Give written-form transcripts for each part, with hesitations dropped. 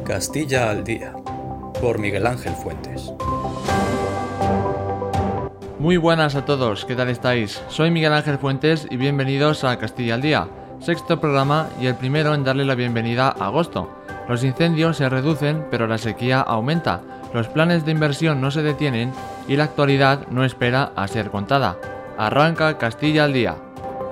Castilla al Día, por Miguel Ángel Fuentes. Muy buenas a todos, ¿qué tal estáis? Soy Miguel Ángel Fuentes y bienvenidos a Castilla al Día, sexto programa y el primero en darle la bienvenida a agosto. Los incendios se reducen, pero la sequía aumenta, los planes de inversión no se detienen y la actualidad no espera a ser contada. Arranca Castilla al Día.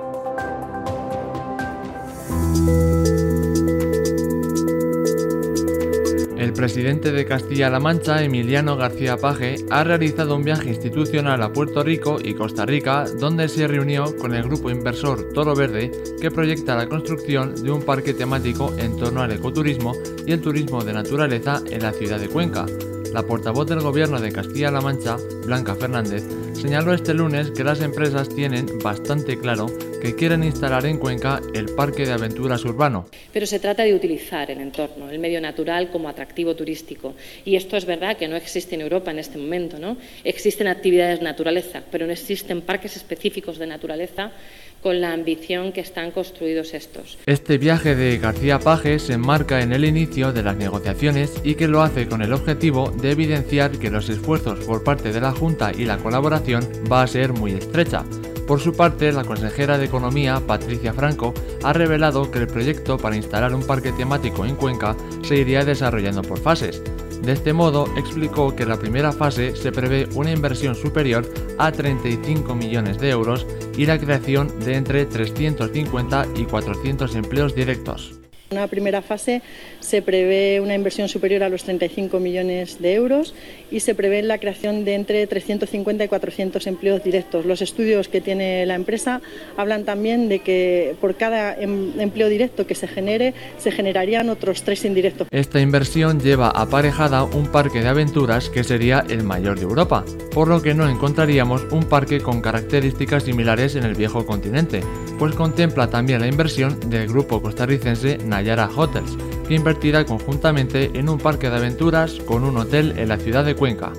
El presidente de Castilla-La Mancha, Emiliano García Paje, ha realizado un viaje institucional a Puerto Rico y Costa Rica, donde se reunió con el grupo inversor Toro Verde, que proyecta la construcción de un parque temático en torno al ecoturismo y el turismo de naturaleza en la ciudad de Cuenca. La portavoz del Gobierno de Castilla-La Mancha, Blanca Fernández, señaló este lunes que las empresas tienen bastante claro que quieren instalar en Cuenca el parque de aventuras urbano. Pero se trata de utilizar el entorno, el medio natural como atractivo turístico. Y esto es verdad que no existe en Europa en este momento, ¿no? Existen actividades de naturaleza, pero no existen parques específicos de naturaleza con la ambición que están construidos estos. Este viaje de García Paje se enmarca en el inicio de las negociaciones y que lo hace con el objetivo de evidenciar que los esfuerzos por parte de la Junta y la colaboración va a ser muy estrecha. Por su parte, la consejera de Economía, Patricia Franco, ha revelado que el proyecto para instalar un parque temático en Cuenca se iría desarrollando por fases. De este modo, explicó que en la primera fase se prevé una inversión superior a 35 millones de euros y la creación de entre 350 y 400 empleos directos. En una primera fase se prevé una inversión superior a los 35 millones de euros y se prevé la creación de entre 350 y 400 empleos directos. Los estudios que tiene la empresa hablan también de que por cada empleo directo que se generarían otros 3 indirectos. Esta inversión lleva aparejada un parque de aventuras que sería el mayor de Europa, por lo que no encontraríamos un parque con características similares en el viejo continente, pues contempla también la inversión del grupo costarricense Nayara Hotels, que invertirá conjuntamente en un parque de aventuras con un hotel en la ciudad de Cuenca.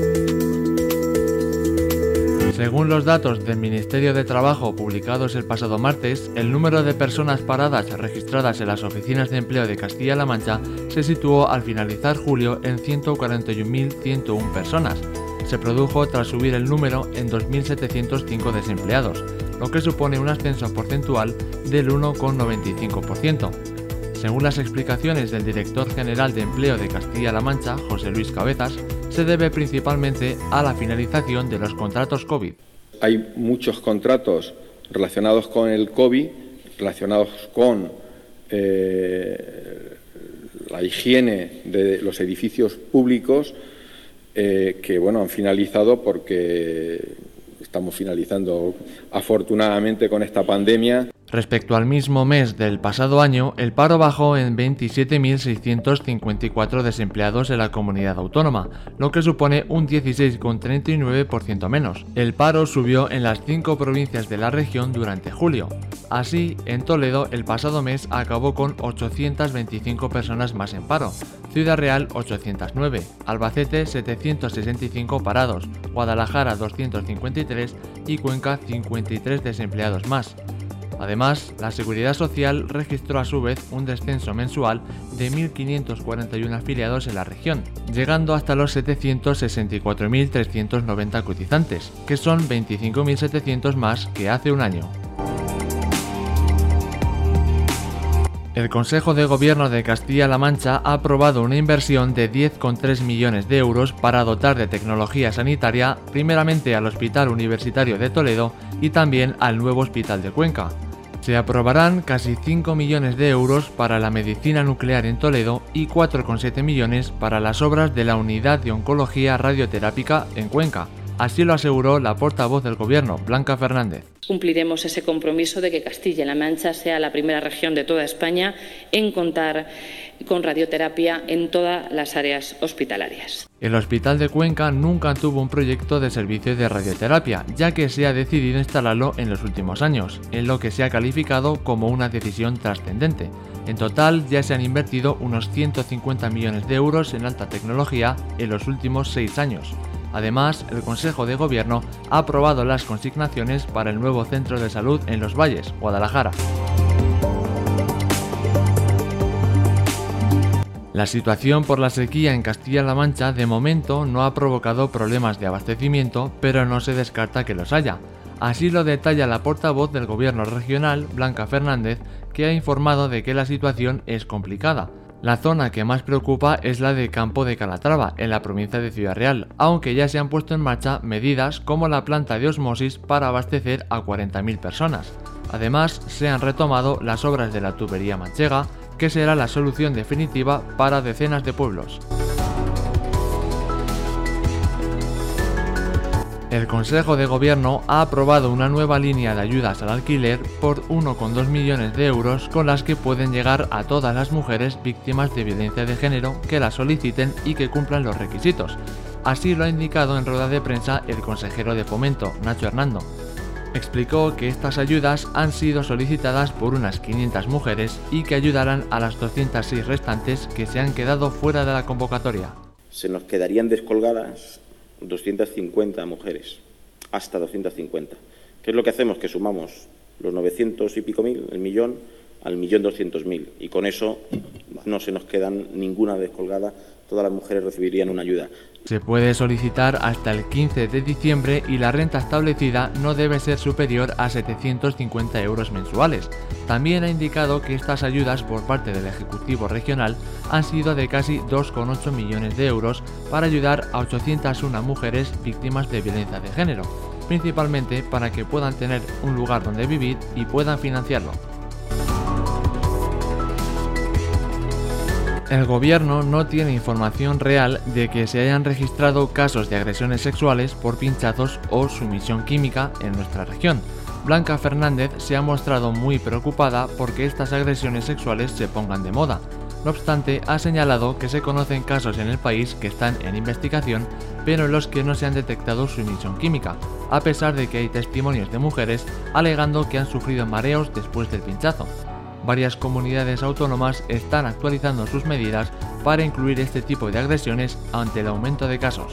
Según los datos del Ministerio de Trabajo publicados el pasado martes, el número de personas paradas registradas en las oficinas de empleo de Castilla-La Mancha se situó al finalizar julio en 141.101 personas. Se produjo tras subir el número en 2.705 desempleados, lo que supone un ascenso porcentual del 1,95%. Según las explicaciones del director general de Empleo de Castilla-La Mancha, José Luis Cabezas, se debe principalmente a la finalización de los contratos COVID. Hay muchos contratos relacionados con el COVID, relacionados con la higiene de los edificios públicos, que han finalizado porque estamos finalizando afortunadamente con esta pandemia. Respecto al mismo mes del pasado año, el paro bajó en 27.654 desempleados en la comunidad autónoma, lo que supone un 16,39% menos. El paro subió en las 5 provincias de la región durante julio. Así, en Toledo el pasado mes acabó con 825 personas más en paro, Ciudad Real 809, Albacete 765 parados, Guadalajara 253 y Cuenca 53 desempleados más. Además, la Seguridad Social registró a su vez un descenso mensual de 1.541 afiliados en la región, llegando hasta los 764.390 cotizantes, que son 25.700 más que hace un año. El Consejo de Gobierno de Castilla-La Mancha ha aprobado una inversión de 10,3 millones de euros para dotar de tecnología sanitaria primeramente al Hospital Universitario de Toledo y también al nuevo Hospital de Cuenca. Se aprobarán casi 5 millones de euros para la medicina nuclear en Toledo y 4,7 millones para las obras de la Unidad de Oncología Radioterápica en Cuenca. Así lo aseguró la portavoz del Gobierno, Blanca Fernández. Cumpliremos ese compromiso de que Castilla-La Mancha sea la primera región de toda España en contar con radioterapia en todas las áreas hospitalarias. El Hospital de Cuenca nunca tuvo un proyecto de servicio de radioterapia, ya que se ha decidido instalarlo en los últimos años, en lo que se ha calificado como una decisión trascendente. En total ya se han invertido unos 150 millones de euros en alta tecnología en los últimos 6 años. Además, el Consejo de Gobierno ha aprobado las consignaciones para el nuevo centro de salud en Los Valles, Guadalajara. La situación por la sequía en Castilla-La Mancha de momento no ha provocado problemas de abastecimiento, pero no se descarta que los haya. Así lo detalla la portavoz del Gobierno regional, Blanca Fernández, que ha informado de que la situación es complicada. La zona que más preocupa es la de Campo de Calatrava, en la provincia de Ciudad Real, aunque ya se han puesto en marcha medidas como la planta de osmosis para abastecer a 40.000 personas. Además, se han retomado las obras de la tubería manchega, que será la solución definitiva para decenas de pueblos. El Consejo de Gobierno ha aprobado una nueva línea de ayudas al alquiler por 1,2 millones de euros con las que pueden llegar a todas las mujeres víctimas de violencia de género que la soliciten y que cumplan los requisitos. Así lo ha indicado en rueda de prensa el consejero de Fomento, Nacho Hernando. Explicó que estas ayudas han sido solicitadas por unas 500 mujeres y que ayudarán a las 206 restantes que se han quedado fuera de la convocatoria. Se nos quedarían descolgadas 250 mujeres, hasta 250. ¿Qué es lo que hacemos? Que sumamos los 900 y pico mil, el millón, al 1.200.000 y con eso no se nos quedan ninguna descolgada, todas las mujeres recibirían una ayuda. Se puede solicitar hasta el 15 de diciembre y la renta establecida no debe ser superior a 750 euros mensuales. También ha indicado que estas ayudas por parte del Ejecutivo Regional han sido de casi 2,8 millones de euros para ayudar a 801 mujeres víctimas de violencia de género, principalmente para que puedan tener un lugar donde vivir y puedan financiarlo. El gobierno no tiene información real de que se hayan registrado casos de agresiones sexuales por pinchazos o sumisión química en nuestra región. Blanca Fernández se ha mostrado muy preocupada porque estas agresiones sexuales se pongan de moda. No obstante, ha señalado que se conocen casos en el país que están en investigación, pero en los que no se han detectado sumisión química, a pesar de que hay testimonios de mujeres alegando que han sufrido mareos después del pinchazo. Varias comunidades autónomas están actualizando sus medidas para incluir este tipo de agresiones ante el aumento de casos.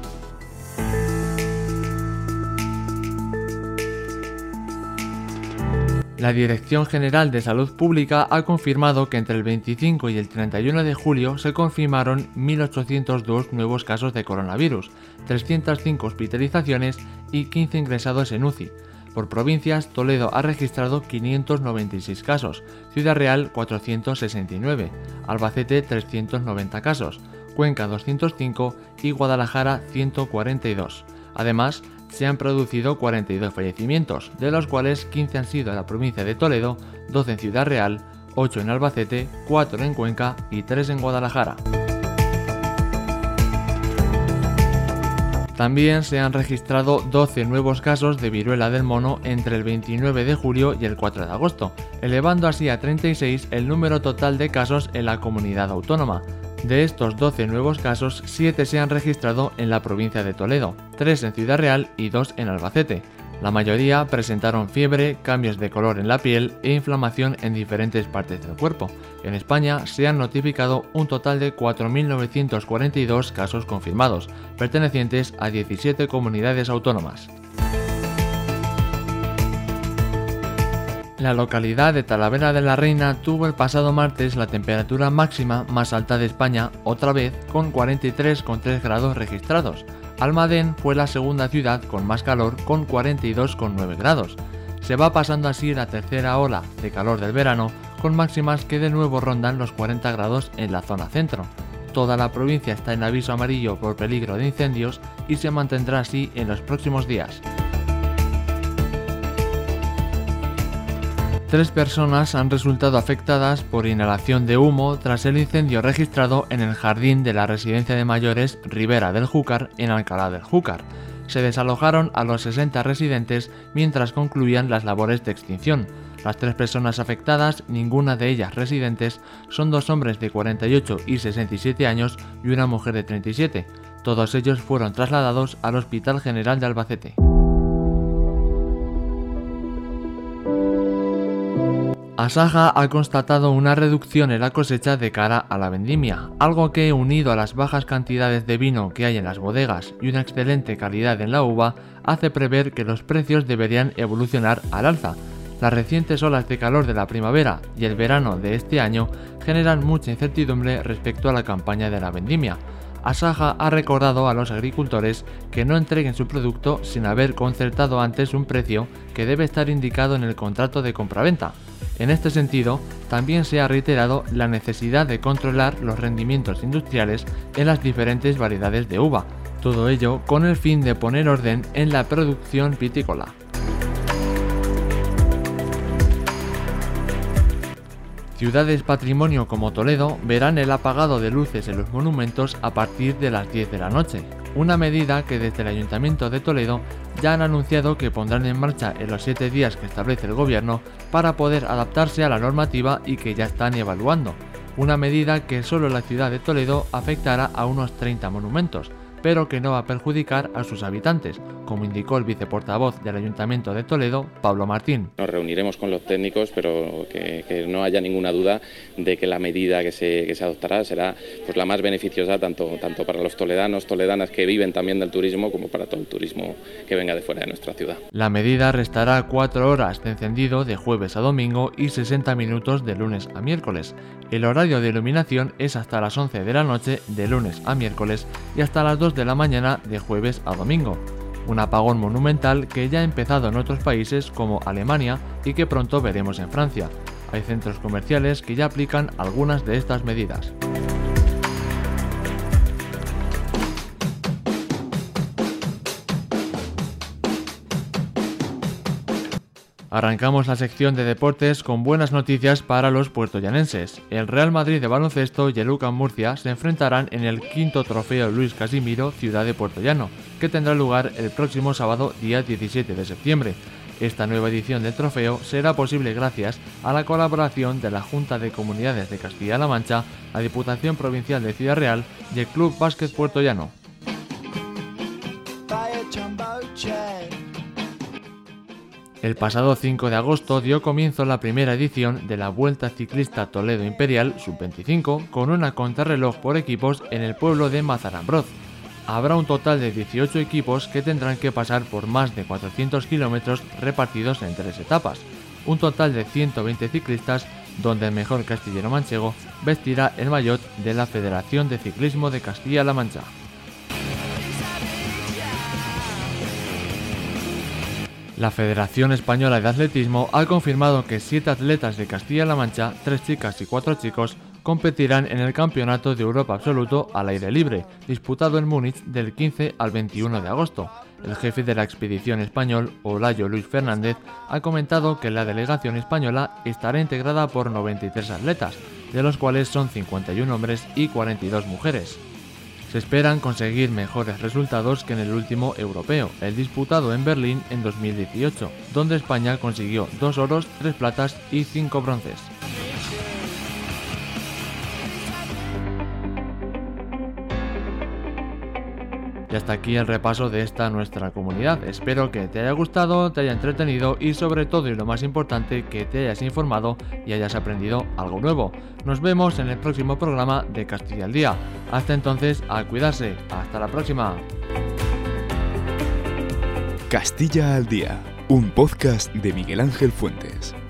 La Dirección General de Salud Pública ha confirmado que entre el 25 y el 31 de julio se confirmaron 1.802 nuevos casos de coronavirus, 305 hospitalizaciones y 15 ingresados en UCI. Por provincias, Toledo ha registrado 596 casos, Ciudad Real 469, Albacete 390 casos, Cuenca 205 y Guadalajara 142. Además, se han producido 42 fallecimientos, de los cuales 15 han sido en la provincia de Toledo, 12 en Ciudad Real, 8 en Albacete, 4 en Cuenca y 3 en Guadalajara. También se han registrado 12 nuevos casos de viruela del mono entre el 29 de julio y el 4 de agosto, elevando así a 36 el número total de casos en la comunidad autónoma. De estos 12 nuevos casos, 7 se han registrado en la provincia de Toledo, 3 en Ciudad Real y 2 en Albacete. La mayoría presentaron fiebre, cambios de color en la piel e inflamación en diferentes partes del cuerpo. En España se han notificado un total de 4.942 casos confirmados, pertenecientes a 17 comunidades autónomas. La localidad de Talavera de la Reina tuvo el pasado martes la temperatura máxima más alta de España, otra vez con 43,3 grados registrados. Almadén fue la segunda ciudad con más calor con 42,9 grados. Se va pasando así la tercera ola de calor del verano con máximas que de nuevo rondan los 40 grados en la zona centro. Toda la provincia está en aviso amarillo por peligro de incendios y se mantendrá así en los próximos días. 3 personas han resultado afectadas por inhalación de humo tras el incendio registrado en el jardín de la residencia de mayores Ribera del Júcar en Alcalá del Júcar. Se desalojaron a los 60 residentes mientras concluían las labores de extinción. Las 3 personas afectadas, ninguna de ellas residentes, son 2 hombres de 48 y 67 años y una mujer de 37. Todos ellos fueron trasladados al Hospital General de Albacete. Asaja ha constatado una reducción en la cosecha de cara a la vendimia, algo que, unido a las bajas cantidades de vino que hay en las bodegas y una excelente calidad en la uva, hace prever que los precios deberían evolucionar al alza. Las recientes olas de calor de la primavera y el verano de este año generan mucha incertidumbre respecto a la campaña de la vendimia. Asaja ha recordado a los agricultores que no entreguen su producto sin haber concertado antes un precio que debe estar indicado en el contrato de compraventa. En este sentido, también se ha reiterado la necesidad de controlar los rendimientos industriales en las diferentes variedades de uva, todo ello con el fin de poner orden en la producción vitícola. Ciudades patrimonio como Toledo verán el apagado de luces en los monumentos a partir de las 10 de la noche, una medida que desde el Ayuntamiento de Toledo ya han anunciado que pondrán en marcha en los 7 días que establece el gobierno para poder adaptarse a la normativa y que ya están evaluando. Una medida que solo la ciudad de Toledo afectará a unos 30 monumentos, pero que no va a perjudicar a sus habitantes, como indicó el viceportavoz del Ayuntamiento de Toledo, Pablo Martín. Nos reuniremos con los técnicos, pero que no haya ninguna duda de que la medida que se adoptará será pues la más beneficiosa tanto para los toledanos, toledanas que viven también del turismo, como para todo el turismo que venga de fuera de nuestra ciudad. La medida restará 4 horas de encendido de jueves a domingo y 60 minutos de lunes a miércoles. El horario de iluminación es hasta las 11 de la noche de lunes a miércoles y hasta las 2 de la mañana de jueves a domingo. Un apagón monumental que ya ha empezado en otros países como Alemania y que pronto veremos en Francia. Hay centros comerciales que ya aplican algunas de estas medidas. Arrancamos la sección de deportes con buenas noticias para los puertollanenses. El Real Madrid de baloncesto y el UCAM Murcia se enfrentarán en el 5º trofeo Luis Casimiro Ciudad de Puertollano, que tendrá lugar el próximo sábado día 17 de septiembre. Esta nueva edición del trofeo será posible gracias a la colaboración de la Junta de Comunidades de Castilla-La Mancha, la Diputación Provincial de Ciudad Real y el Club Básquet Puertollano. El pasado 5 de agosto dio comienzo la primera edición de la Vuelta Ciclista Toledo Imperial Sub-25 con una contrarreloj por equipos en el pueblo de Mazarambroz. Habrá un total de 18 equipos que tendrán que pasar por más de 400 kilómetros repartidos en 3 etapas. Un total de 120 ciclistas donde el mejor castillero manchego vestirá el maillot de la Federación de Ciclismo de Castilla-La Mancha. La Federación Española de Atletismo ha confirmado que 7 atletas de Castilla-La Mancha, 3 chicas y 4 chicos, competirán en el Campeonato de Europa Absoluto al aire libre, disputado en Múnich del 15 al 21 de agosto. El jefe de la expedición español, Olayo Luis Fernández, ha comentado que la delegación española estará integrada por 93 atletas, de los cuales son 51 hombres y 42 mujeres. Se esperan conseguir mejores resultados que en el último europeo, el disputado en Berlín en 2018, donde España consiguió 2 oros, 3 platas y 5 bronces. Y hasta aquí el repaso de esta nuestra comunidad. Espero que te haya gustado, te haya entretenido y sobre todo y lo más importante, que te hayas informado y hayas aprendido algo nuevo. Nos vemos en el próximo programa de Castilla al Día. Hasta entonces, a cuidarse. Hasta la próxima. Castilla al Día, un podcast de Miguel Ángel Fuentes.